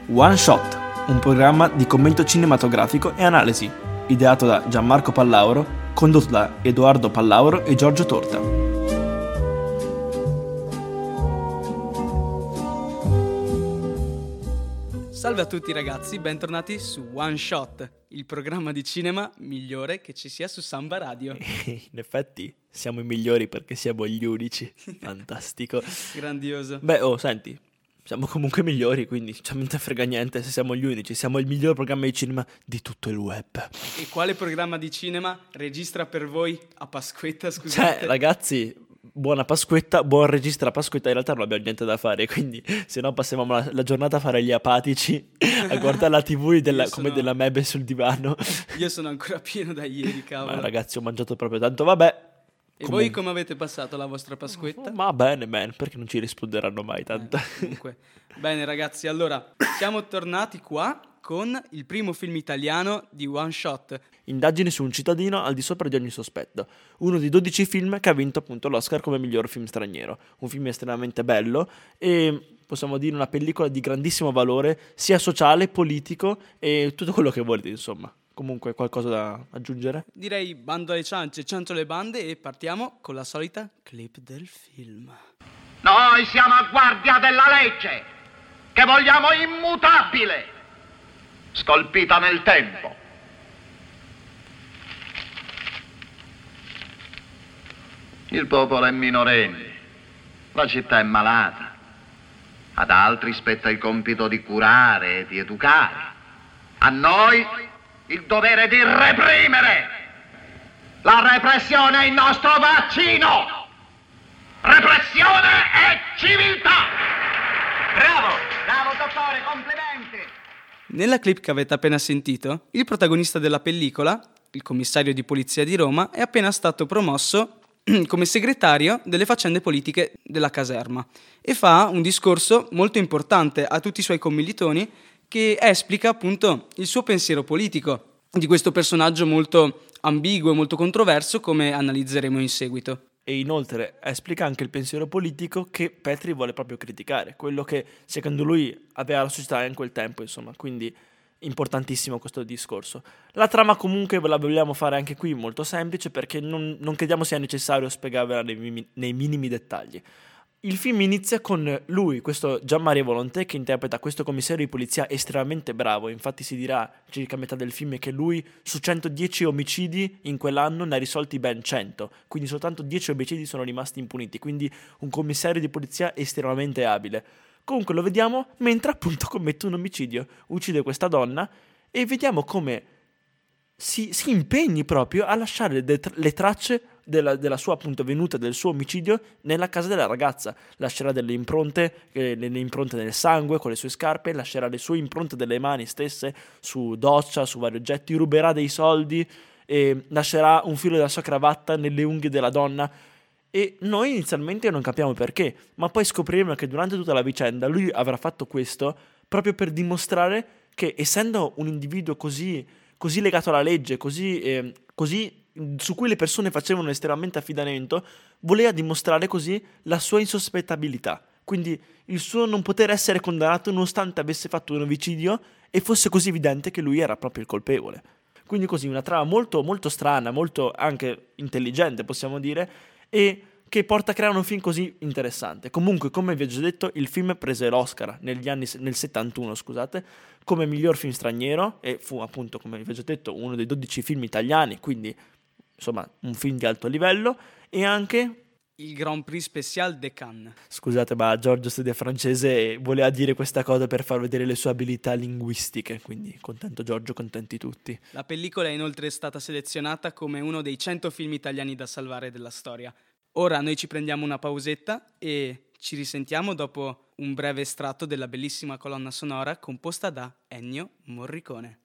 One Shot, un programma di commento cinematografico e analisi, ideato da Gianmarco Pallauro, condotto da Edoardo Pallauro e Giorgio Torta. Salve a tutti ragazzi, bentornati su One Shot, il programma di cinema migliore che ci sia su Samba Radio. In effetti siamo i migliori perché siamo gli unici. Fantastico. Grandioso. Beh, senti, siamo comunque migliori, quindi non te frega niente se siamo gli unici. Siamo il miglior programma di cinema di tutto il web. E quale programma di cinema registra per voi a Pasquetta, scusate? Ragazzi, buona Pasquetta, buon registra Pasquetta. In realtà non abbiamo niente da fare, quindi se no passavamo la giornata a fare gli apatici, a guardare la TV come della mebe sul divano. Io sono ancora pieno da ieri, cavolo. Ma ragazzi, ho mangiato proprio tanto, vabbè. E voi come avete passato la vostra Pasquetta? Ma bene, perché non ci risponderanno mai tanto. Comunque. Bene ragazzi, allora, siamo tornati qua con il primo film italiano di One Shot. Indagine su un cittadino al di sopra di ogni sospetto. Uno dei 12 film che ha vinto appunto l'Oscar come miglior film straniero. Un film estremamente bello e possiamo dire una pellicola di grandissimo valore, sia sociale, politico e tutto quello che volete, insomma. Comunque qualcosa da aggiungere? Direi bando alle ciance, ciancio alle bande e partiamo con la solita clip del film. Noi siamo a guardia della legge, che vogliamo immutabile, scolpita nel tempo. Il popolo è minorenne, la città è malata, ad altri spetta il compito di curare e di educare, a noi il dovere di reprimere. La repressione è il nostro vaccino. Repressione e civiltà. Bravo dottore, complimenti. Nella clip che avete appena sentito, il protagonista della pellicola, il commissario di polizia di Roma, è appena stato promosso come segretario delle faccende politiche della caserma e fa un discorso molto importante a tutti i suoi commilitoni che esplica appunto il suo pensiero politico di questo personaggio molto ambiguo e molto controverso, come analizzeremo in seguito. E inoltre esplica anche il pensiero politico che Petri vuole proprio criticare, quello che secondo lui aveva la società in quel tempo, insomma, quindi importantissimo questo discorso. La trama comunque ve la vogliamo fare anche qui molto semplice perché non crediamo sia necessario spiegarvela nei minimi dettagli. Il film inizia con lui, questo Gianmaria Volonté, che interpreta questo commissario di polizia estremamente bravo. Infatti si dirà circa a metà del film che lui su 110 omicidi in quell'anno ne ha risolti ben 100, quindi soltanto 10 omicidi sono rimasti impuniti, quindi un commissario di polizia estremamente abile. Comunque lo vediamo mentre appunto commette un omicidio, uccide questa donna e vediamo come si impegni proprio a lasciare le tracce della sua appunto venuta, del suo omicidio nella casa della ragazza. Lascerà delle impronte, le impronte nel sangue con le sue scarpe, lascerà le sue impronte delle mani stesse su doccia, su vari oggetti, ruberà dei soldi e lascerà un filo della sua cravatta nelle unghie della donna. E noi inizialmente non capiamo perché, ma poi scopriremo che durante tutta la vicenda lui avrà fatto questo proprio per dimostrare che, essendo un individuo così legato alla legge, così su cui le persone facevano estremamente affidamento, voleva dimostrare così la sua insospettabilità. Quindi il suo non poter essere condannato nonostante avesse fatto un omicidio e fosse così evidente che lui era proprio il colpevole. Quindi così una trama molto, molto strana, molto anche intelligente possiamo dire, e che porta a creare un film così interessante. Comunque, come vi ho già detto, il film prese l'Oscar nel 71, scusate, come miglior film straniero e fu appunto, come vi ho già detto, uno dei 12 film italiani, quindi insomma un film di alto livello, e anche il Grand Prix Spécial de Cannes. Scusate, ma Giorgio studia francese e voleva dire questa cosa per far vedere le sue abilità linguistiche, quindi contento Giorgio, contenti tutti. La pellicola è inoltre stata selezionata come uno dei 100 film italiani da salvare della storia. Ora noi ci prendiamo una pausetta e ci risentiamo dopo un breve estratto della bellissima colonna sonora composta da Ennio Morricone.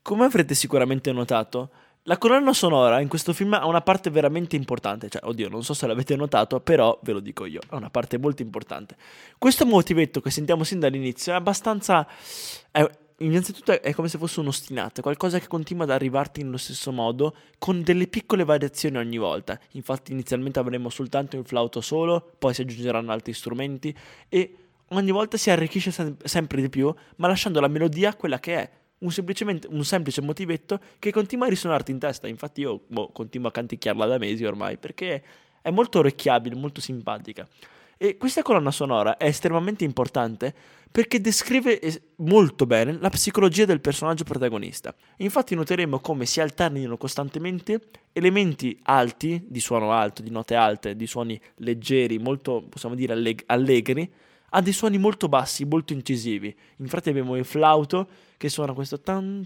Come avrete sicuramente notato, la colonna sonora in questo film ha una parte veramente importante, cioè, oddio, non so se l'avete notato, però ve lo dico io, ha una parte molto importante. Questo motivetto che sentiamo sin dall'inizio è abbastanza... innanzitutto è come se fosse un ostinato, è qualcosa che continua ad arrivarti nello stesso modo, con delle piccole variazioni ogni volta. Infatti inizialmente avremo soltanto il flauto solo, poi si aggiungeranno altri strumenti e ogni volta si arricchisce sempre di più, ma lasciando la melodia quella che è. Semplicemente un semplice motivetto che continua a risuonarti in testa. Infatti io continuo a canticchiarla da mesi ormai, perché è molto orecchiabile, molto simpatica. E questa colonna sonora è estremamente importante perché descrive molto bene la psicologia del personaggio protagonista. Infatti noteremo come si alternino costantemente elementi alti, di suono alto, di note alte, di suoni leggeri, molto, possiamo dire, allegri, a dei suoni molto bassi, molto incisivi. Infatti abbiamo il flauto che suona questo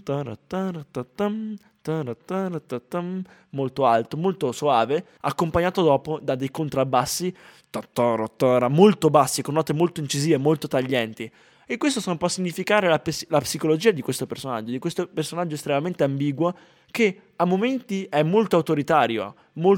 molto alto, molto suave, accompagnato dopo da dei contrabbassi molto bassi, con note molto incisive, molto taglienti. E questo può significare la psicologia di questo personaggio estremamente ambiguo, che a momenti è molto autoritario,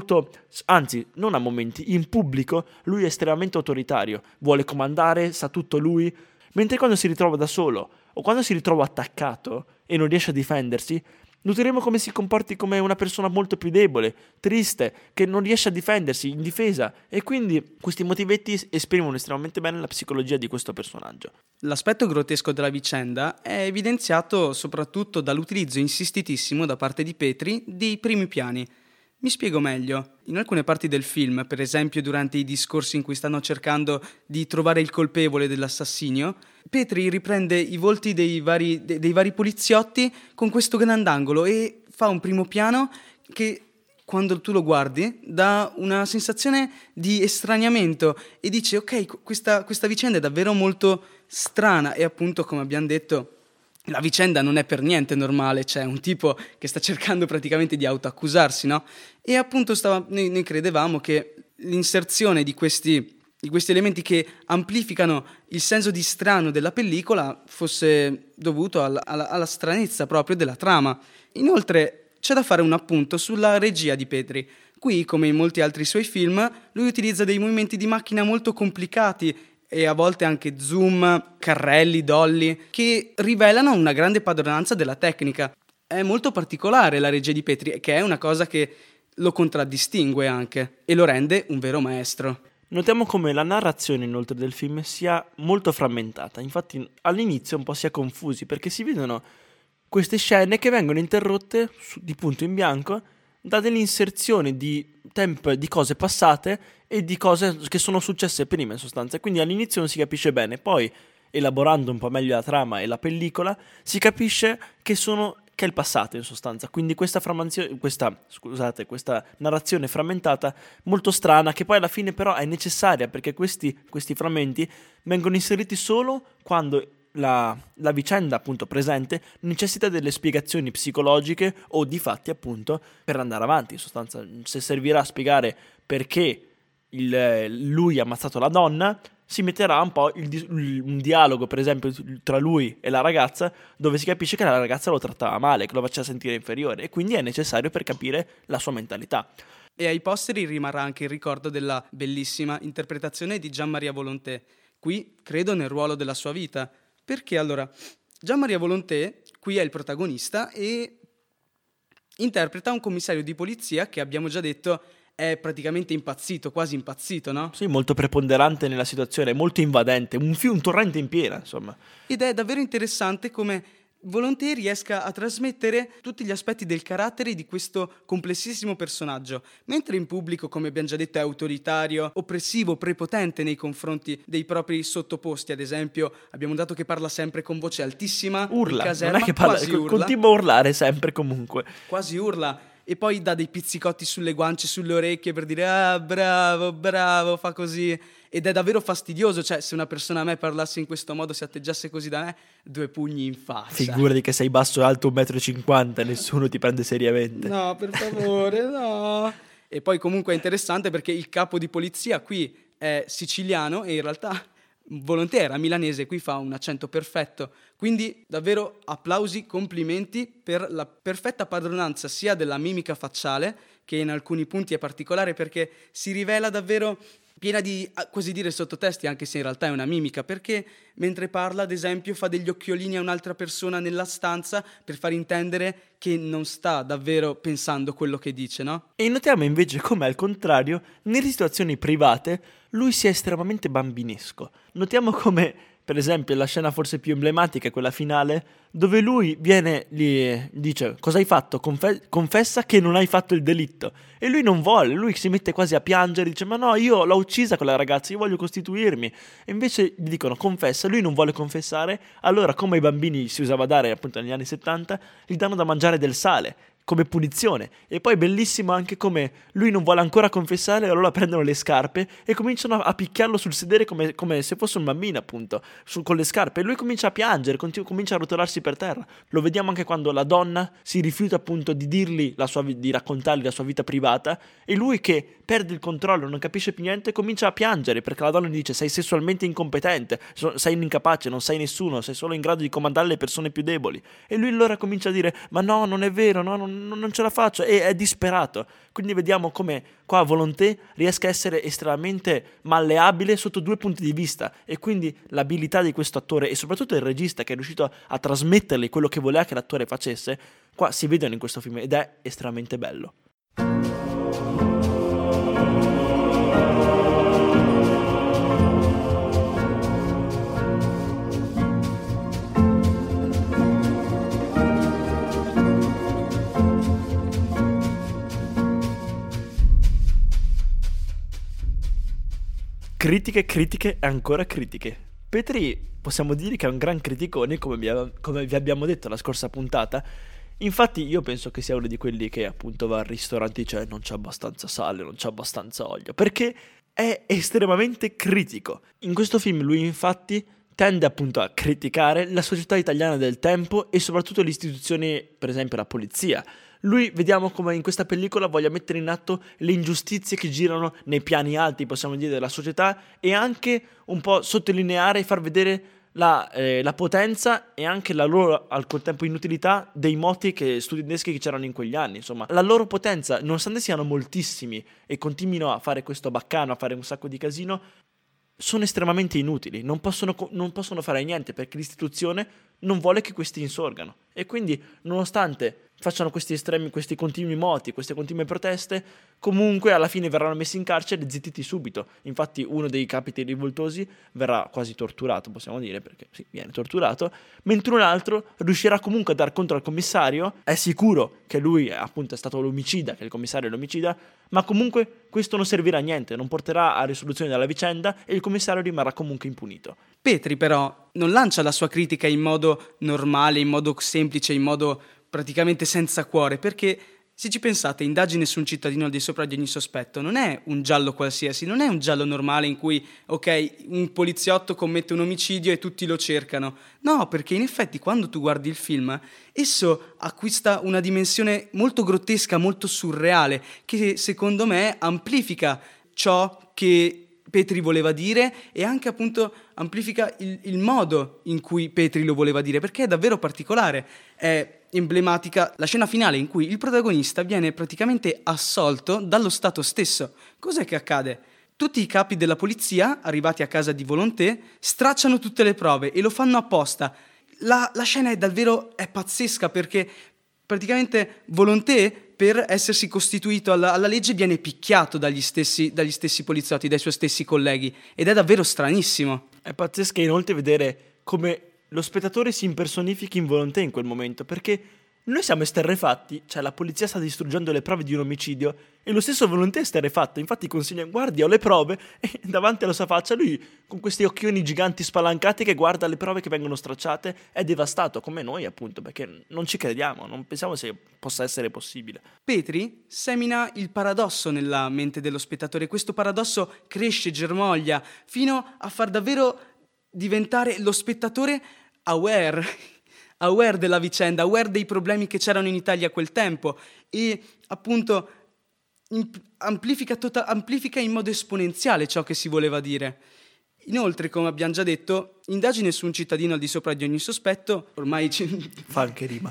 anzi, non a momenti, in pubblico lui è estremamente autoritario, vuole comandare, sa tutto lui, mentre quando si ritrova da solo o quando si ritrova attaccato e non riesce a difendersi, noteremo come si comporti come una persona molto più debole, triste, che non riesce a difendersi, in difesa, e quindi questi motivetti esprimono estremamente bene la psicologia di questo personaggio. L'aspetto grottesco della vicenda è evidenziato soprattutto dall'utilizzo insistitissimo da parte di Petri dei primi piani. Mi spiego meglio. In alcune parti del film, per esempio durante i discorsi in cui stanno cercando di trovare il colpevole dell'assassinio, Petri riprende i volti dei vari poliziotti con questo grandangolo e fa un primo piano che, quando tu lo guardi, dà una sensazione di estraniamento e dice ok, questa vicenda è davvero molto strana e appunto, come abbiamo detto, la vicenda non è per niente normale, c'è un tipo che sta cercando praticamente di autoaccusarsi, no? E appunto noi credevamo che l'inserzione di questi elementi che amplificano il senso di strano della pellicola fosse dovuto alla stranezza proprio della trama. Inoltre c'è da fare un appunto sulla regia di Petri. Qui, come in molti altri suoi film, lui utilizza dei movimenti di macchina molto complicati e a volte anche zoom, carrelli, dolly, che rivelano una grande padronanza della tecnica. È molto particolare la regia di Petri, che è una cosa che lo contraddistingue anche e lo rende un vero maestro. Notiamo come la narrazione inoltre del film sia molto frammentata, infatti all'inizio un po' si è confusi perché si vedono queste scene che vengono interrotte di punto in bianco da delle inserzioni di cose passate e di cose che sono successe prima in sostanza, quindi all'inizio non si capisce bene, poi elaborando un po' meglio la trama e la pellicola si capisce che è il passato in sostanza, quindi questa narrazione frammentata molto strana, che poi alla fine però è necessaria perché questi frammenti vengono inseriti solo quando la vicenda appunto presente necessita delle spiegazioni psicologiche o di fatti appunto per andare avanti. In sostanza, se servirà a spiegare perché lui ha ammazzato la donna, si metterà un po' un dialogo per esempio tra lui e la ragazza, dove si capisce che la ragazza lo trattava male, che lo faceva sentire inferiore, e quindi è necessario per capire la sua mentalità. E ai posteri rimarrà anche il ricordo della bellissima interpretazione di Gian Maria Volonté, qui credo nel ruolo della sua vita, perché allora Gian Maria Volonté qui è il protagonista e interpreta un commissario di polizia che, abbiamo già detto, è praticamente impazzito, quasi impazzito, no? Sì, molto preponderante nella situazione, molto invadente, un torrente in piena, insomma. Ed è davvero interessante come Volonté riesca a trasmettere tutti gli aspetti del carattere di questo complessissimo personaggio, mentre in pubblico, come abbiamo già detto, è autoritario, oppressivo, prepotente nei confronti dei propri sottoposti. Ad esempio, abbiamo dato che parla sempre con voce altissima, urla, in caserma, non è che parla, quasi urla, continua a urlare sempre comunque. quasi urla, e poi dà dei pizzicotti sulle guance, sulle orecchie per dire ah, bravo, fa così. Ed è davvero fastidioso, cioè se una persona a me parlasse in questo modo, si atteggiasse così da me, 2 pugni in faccia. Figurati che sei basso e alto 1,50 m, nessuno ti prende seriamente. No, per favore, no. E poi comunque è interessante perché il capo di polizia qui è siciliano e in realtà Volonté era milanese, qui fa un accento perfetto, quindi davvero applausi, complimenti per la perfetta padronanza sia della mimica facciale, che in alcuni punti è particolare perché si rivela davvero piena di, quasi dire, sottotesti, anche se in realtà è una mimica, perché mentre parla, ad esempio, fa degli occhiolini a un'altra persona nella stanza per far intendere che non sta davvero pensando quello che dice, no? E notiamo invece come al contrario, nelle situazioni private, lui sia estremamente bambinesco. Notiamo come, per esempio, la scena forse più emblematica è quella finale, dove lui viene, gli dice: cosa hai fatto? Confessa che non hai fatto il delitto. E lui non vuole, lui si mette quasi a piangere, dice: ma no, io l'ho uccisa quella ragazza, io voglio costituirmi. E invece gli dicono: confessa, lui non vuole confessare. Allora, come ai bambini si usava dare appunto negli anni 70, gli danno da mangiare del sale come punizione. E poi bellissimo anche come lui non vuole ancora confessare, allora prendono le scarpe e cominciano a picchiarlo sul sedere come se fosse un bambino, appunto, con le scarpe, e lui comincia a piangere, comincia a rotolarsi per terra. Lo vediamo anche quando la donna si rifiuta appunto di dirgli di raccontargli la sua vita privata, e lui, che perde il controllo, non capisce più niente, comincia a piangere perché la donna gli dice: sei sessualmente incompetente, sei incapace, non sei nessuno, sei solo in grado di comandare le persone più deboli. E lui allora comincia a dire: ma no, non è vero, no, non ce la faccio, e è disperato. Quindi vediamo come qua Volonté riesca a essere estremamente malleabile sotto due punti di vista, e quindi l'abilità di questo attore e soprattutto il regista, che è riuscito a trasmettergli quello che voleva che l'attore facesse, qua si vedono in questo film ed è estremamente bello. Critiche e ancora critiche. Petri possiamo dire che è un gran criticone, come vi abbiamo detto la scorsa puntata. Infatti io penso che sia uno di quelli che appunto va al ristorante e dice: non c'è abbastanza sale, non c'è abbastanza olio, perché è estremamente critico. In questo film lui infatti tende appunto a criticare la società italiana del tempo e soprattutto le istituzioni, per esempio la polizia. Lui, vediamo come in questa pellicola voglia mettere in atto le ingiustizie che girano nei piani alti, possiamo dire, della società, e anche un po' sottolineare e far vedere la potenza e anche la loro al contempo inutilità dei moti studenteschi che c'erano in quegli anni. Insomma, la loro potenza, nonostante siano moltissimi e continuino a fare questo baccano, a fare un sacco di casino, sono estremamente inutili, non possono fare niente perché l'istituzione non vuole che questi insorgano. E quindi, nonostante facciano questi continui moti, queste continue proteste, comunque alla fine verranno messi in carcere e zittiti subito. Infatti uno dei capiti rivoltosi verrà quasi torturato, possiamo dire, perché sì, viene torturato, mentre un altro riuscirà comunque a dar conto al commissario, è sicuro che lui appunto è stato l'omicida, che il commissario è l'omicida, ma comunque questo non servirà a niente, non porterà a risoluzione della vicenda e il commissario rimarrà comunque impunito. Petri però non lancia la sua critica in modo normale, in modo semplice, in modo praticamente senza cuore, perché se ci pensate, Indagine su un cittadino al di sopra di ogni sospetto non è un giallo qualsiasi, non è un giallo normale in cui, ok, un poliziotto commette un omicidio e tutti lo cercano. No, perché in effetti quando tu guardi il film, esso acquista una dimensione molto grottesca, molto surreale, che secondo me amplifica ciò che Petri voleva dire e anche appunto amplifica il modo in cui Petri lo voleva dire, perché è davvero particolare. È emblematica la scena finale in cui il protagonista viene praticamente assolto dallo Stato stesso. Cos'è che accade? Tutti i capi della polizia, arrivati a casa di Volonté, stracciano tutte le prove e lo fanno apposta. La scena è pazzesca, perché praticamente Volonté, per essersi costituito alla legge, viene picchiato dagli stessi poliziotti, dai suoi stessi colleghi, ed è davvero stranissimo. È pazzesco inoltre vedere come lo spettatore si impersonifichi in Volonté in quel momento, perché noi siamo esterrefatti, cioè la polizia sta distruggendo le prove di un omicidio e lo stesso Volonté è esterrefatto. Infatti consiglia: guardi, ho le prove, e davanti alla sua faccia lui con questi occhioni giganti spalancati che guarda le prove che vengono stracciate, è devastato, come noi appunto, perché non ci crediamo, non pensiamo se possa essere possibile. Petri semina il paradosso nella mente dello spettatore. Questo paradosso cresce, germoglia, fino a far davvero diventare lo spettatore aware della vicenda, aware dei problemi che c'erano in Italia a quel tempo, e appunto amplifica in modo esponenziale ciò che si voleva dire. Inoltre, come abbiamo già detto, indagine su un cittadino al di sopra di ogni sospetto, ormai Fa anche rima.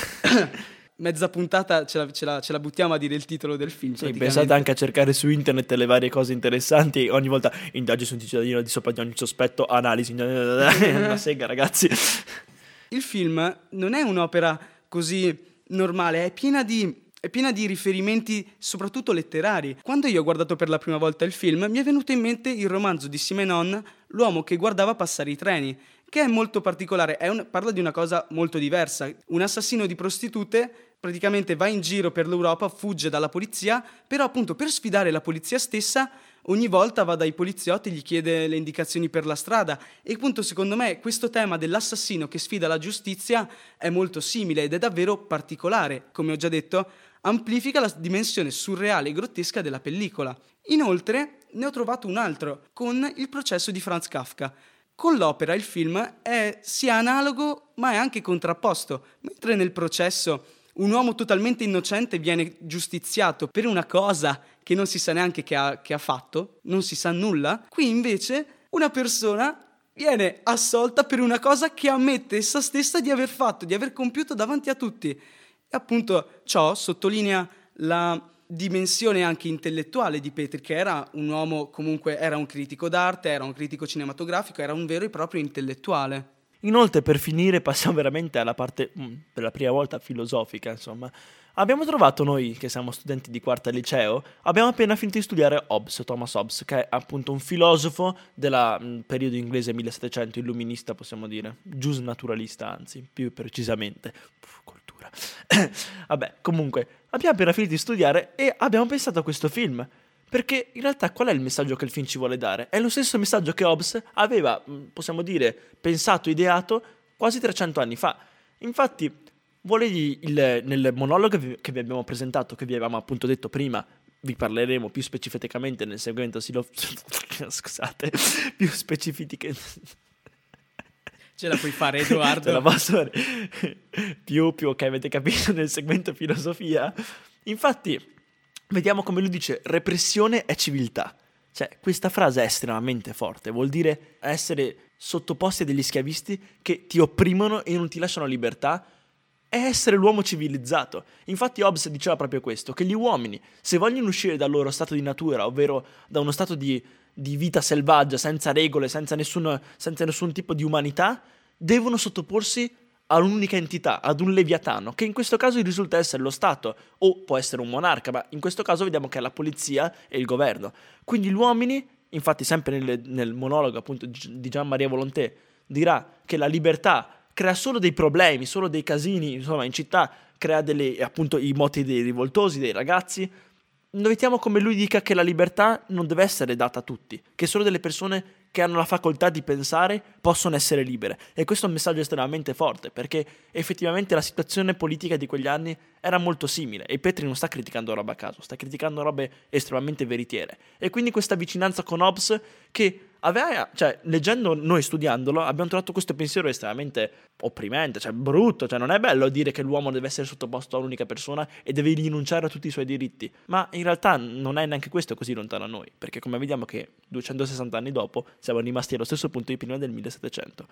mezza puntata ce la buttiamo a dire il titolo del film. Sì, pensate anche a cercare su internet le varie cose interessanti, ogni volta indagini su un cittadino al di sopra di ogni sospetto, analisi, una sega, ragazzi. Il film non è un'opera così normale, è piena di riferimenti soprattutto letterari. Quando io ho guardato per la prima volta il film mi è venuto in mente il romanzo di Simenon, L'uomo che guardava passare i treni, che è molto particolare, parla di una cosa molto diversa. Un assassino di prostitute praticamente va in giro per l'Europa, fugge dalla polizia, però appunto per sfidare la polizia stessa ogni volta va dai poliziotti, gli chiede le indicazioni per la strada, e appunto secondo me questo tema dell'assassino che sfida la giustizia è molto simile ed è davvero particolare. Come ho già detto, amplifica la dimensione surreale e grottesca della pellicola. Inoltre ne ho trovato un altro, con Il processo di Franz Kafka. Con l'opera il film è sia analogo ma è anche contrapposto. Mentre nel processo un uomo totalmente innocente viene giustiziato per una cosa che non si sa neanche che ha fatto, non si sa nulla, qui invece una persona viene assolta per una cosa che ammette essa stessa di aver fatto, di aver compiuto davanti a tutti. E appunto ciò sottolinea la dimensione anche intellettuale di Petri, che era un uomo, comunque era un critico d'arte, era un critico cinematografico, era un vero e proprio intellettuale. Inoltre, per finire, passiamo veramente alla parte, per la prima volta, filosofica, insomma. Abbiamo trovato noi, che siamo studenti di quarta liceo, abbiamo appena finito di studiare Thomas Hobbes, che è appunto un filosofo del periodo inglese 1700, illuminista, possiamo dire, giusnaturalista, anzi, più precisamente. Cultura. Vabbè, comunque, abbiamo appena finito di studiare e abbiamo pensato a questo film. Perché in realtà qual è il messaggio che il film ci vuole dare? È lo stesso messaggio che Hobbes aveva, possiamo dire, pensato, ideato quasi 300 anni fa. Infatti, nel monologo che vi abbiamo presentato, che vi avevamo appunto detto prima, vi parleremo più specificamente nel segmento scusate, più specifiche. Ce la puoi fare, Edoardo? Ce la posso fare. più, ok, avete capito, nel segmento filosofia. Infatti, vediamo come lui dice: repressione è civiltà. Cioè, questa frase è estremamente forte. Vuol dire essere sottoposti a degli schiavisti che ti opprimono e non ti lasciano libertà. È essere l'uomo civilizzato. Infatti Hobbes diceva proprio questo, che gli uomini, se vogliono uscire dal loro stato di natura, ovvero da uno stato di vita selvaggia, senza regole, senza nessun tipo di umanità, devono sottoporsi a un'unica entità, ad un leviatano, che in questo caso risulta essere lo Stato, o può essere un monarca, ma in questo caso vediamo che è la polizia e il governo. Quindi gli uomini, infatti sempre nel monologo appunto di Jean Maria Volonté, dirà che la libertà crea solo dei problemi, solo dei casini, insomma in città crea appunto i moti dei rivoltosi, dei ragazzi. Notiamo come lui dica che la libertà non deve essere data a tutti, che solo delle persone che hanno la facoltà di pensare possono essere libere. E questo è un messaggio estremamente forte, perché effettivamente la situazione politica di quegli anni era molto simile, e Petri non sta criticando roba a caso, sta criticando robe estremamente veritiere. E quindi questa vicinanza con Hobbes che aveva, cioè, leggendo noi, studiandolo, abbiamo trovato questo pensiero estremamente opprimente, cioè brutto, cioè non è bello dire che l'uomo deve essere sottoposto a un'unica persona e deve rinunciare a tutti i suoi diritti, ma in realtà non è neanche questo così lontano a noi, perché come vediamo che 260 anni dopo siamo rimasti allo stesso punto di prima del 1700.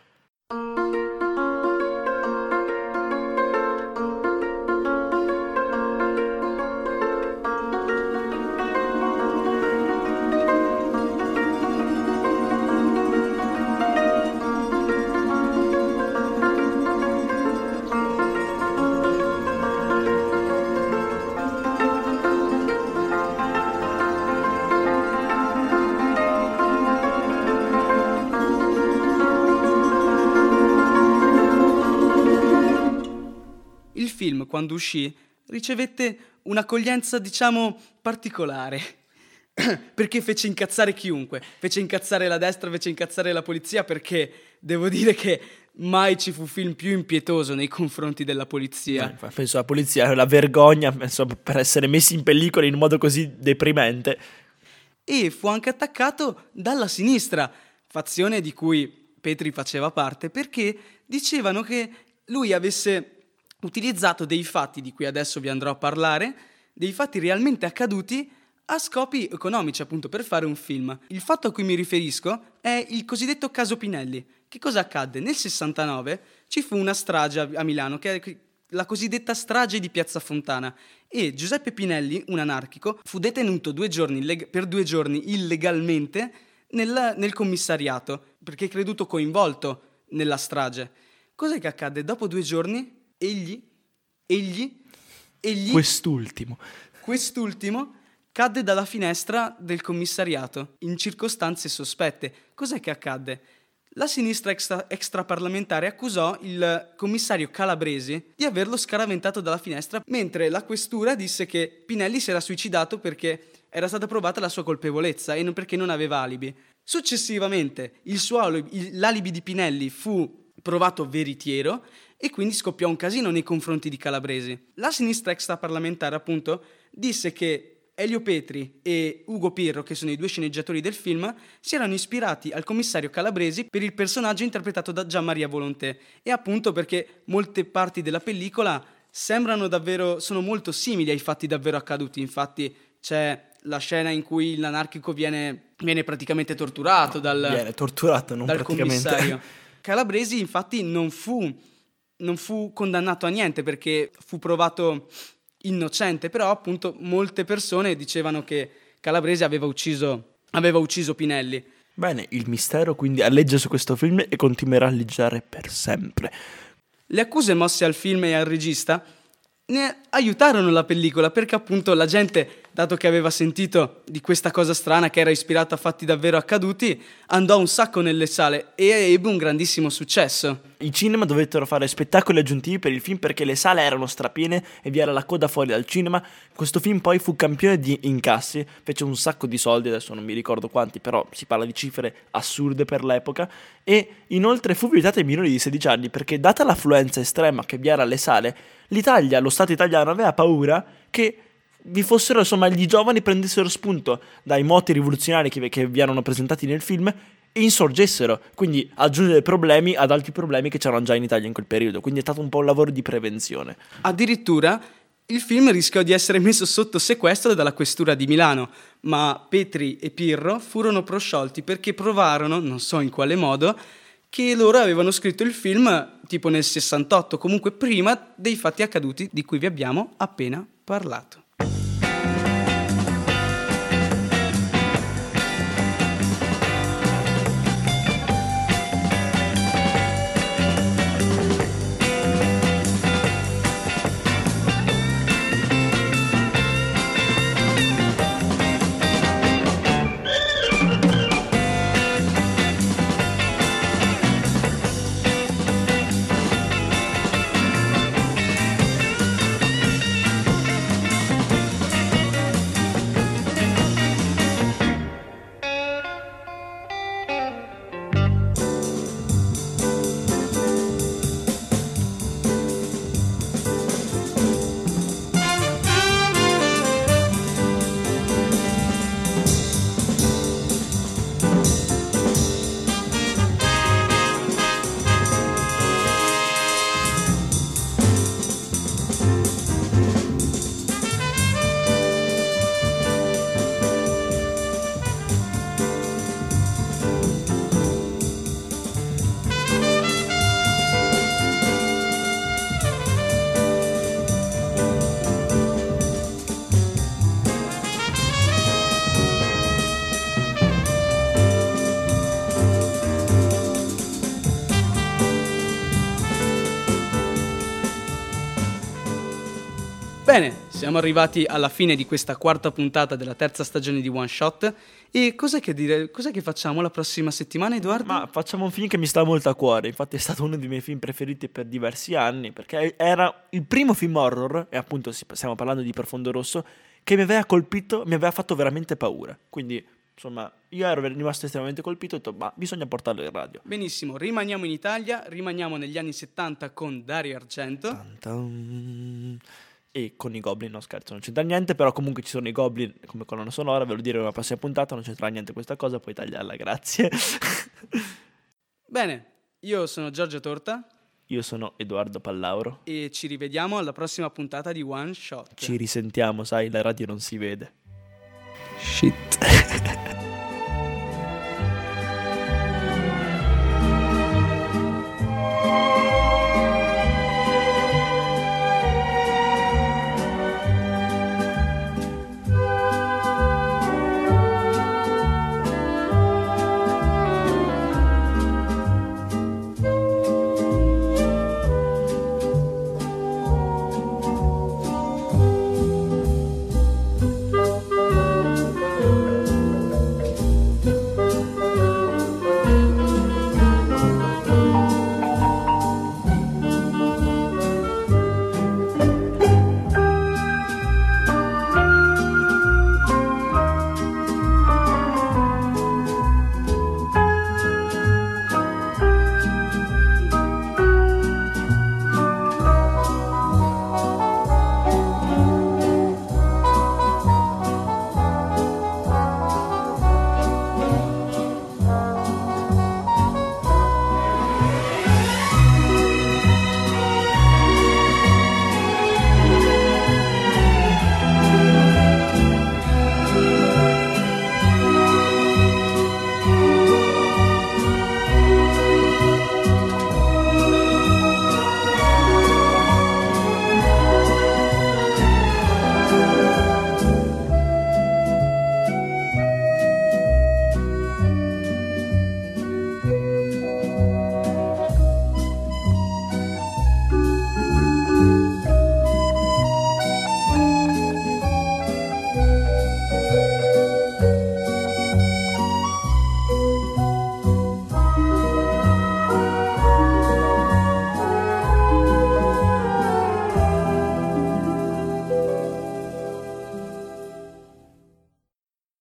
Il film, quando uscì, ricevette un'accoglienza, diciamo, particolare, perché fece incazzare chiunque, fece incazzare la destra, fece incazzare la polizia, perché devo dire che mai ci fu film più impietoso nei confronti della polizia. Penso la polizia è la vergogna, penso, per essere messi in pellicola in un modo così deprimente. E fu anche attaccato dalla sinistra, fazione di cui Petri faceva parte, perché dicevano che lui avesse utilizzato dei fatti di cui adesso vi andrò a parlare, dei fatti realmente accaduti, a scopi economici, appunto, per fare un film. Il fatto a cui mi riferisco è il cosiddetto caso Pinelli. Che cosa accadde? Nel 69 ci fu una strage a Milano, che è la cosiddetta strage di Piazza Fontana, e Giuseppe Pinelli, un anarchico, fu detenuto per 2 giorni illegalmente nel commissariato, perché è creduto coinvolto nella strage. Cos'è che accadde? Dopo 2 giorni, egli, quest'ultimo cadde dalla finestra del commissariato in circostanze sospette. Cos'è che accadde? La sinistra extraparlamentare accusò il commissario Calabresi di averlo scaraventato dalla finestra, mentre la questura disse che Pinelli si era suicidato perché era stata provata la sua colpevolezza e non perché non aveva alibi. Successivamente l'alibi di Pinelli fu provato veritiero e quindi scoppiò un casino nei confronti di Calabresi. La sinistra extraparlamentare, appunto, disse che Elio Petri e Ugo Pirro, che sono i 2 sceneggiatori del film, si erano ispirati al commissario Calabresi per il personaggio interpretato da Gian Maria Volonté, e appunto perché molte parti della pellicola sono molto simili ai fatti davvero accaduti. Infatti c'è la scena in cui l'anarchico viene praticamente torturato Viene torturato, non dal praticamente. commissario. Calabresi infatti non fu condannato a niente perché fu provato innocente, però appunto molte persone dicevano che Calabresi aveva ucciso Pinelli. Bene, il mistero quindi alleggia su questo film e continuerà a alleggiare per sempre. Le accuse mosse al film e al regista ne aiutarono la pellicola, perché appunto la gente, dato che aveva sentito di questa cosa strana che era ispirata a fatti davvero accaduti, andò un sacco nelle sale e ebbe un grandissimo successo. I cinema dovettero fare spettacoli aggiuntivi per il film perché le sale erano strapiene e vi era la coda fuori dal cinema. Questo film poi fu campione di incassi, fece un sacco di soldi, adesso non mi ricordo quanti, però si parla di cifre assurde per l'epoca, e inoltre fu vietato ai minori di 16 anni perché, data l'affluenza estrema che vi era alle sale, lo Stato italiano aveva paura che vi fossero, insomma, gli giovani prendessero spunto dai moti rivoluzionari che vi erano presentati nel film e insorgessero, quindi aggiungere problemi ad altri problemi che c'erano già in Italia in quel periodo. Quindi è stato un po' un lavoro di prevenzione. Addirittura il film rischiò di essere messo sotto sequestro dalla questura di Milano, ma Petri e Pirro furono prosciolti perché provarono, non so in quale modo, che loro avevano scritto il film tipo nel 68, comunque prima dei fatti accaduti di cui vi abbiamo appena parlato. Bene, siamo arrivati alla fine di questa 4ª puntata della 3ª stagione di One Shot. E cos'è che facciamo la prossima settimana, Edoardo? Ma facciamo un film che mi sta molto a cuore. Infatti è stato uno dei miei film preferiti per diversi anni, perché era il primo film horror, e appunto stiamo parlando di Profondo Rosso, che mi aveva colpito, mi aveva fatto veramente paura. Quindi, insomma, io ero rimasto estremamente colpito e ho detto, ma bisogna portarlo in radio. Benissimo, rimaniamo in Italia, rimaniamo negli anni 70 con Dario Argento. Tan tan. E con i Goblin, no scherzo, non c'entra niente, però comunque ci sono i Goblin come colonna sonora, ve lo dirò nella prossima puntata, non c'entra niente questa cosa, puoi tagliarla, grazie. Bene, io sono Giorgio Torta. Io sono Edoardo Pallauro. E ci rivediamo alla prossima puntata di One Shot. Ci risentiamo, sai, la radio non si vede. Shit.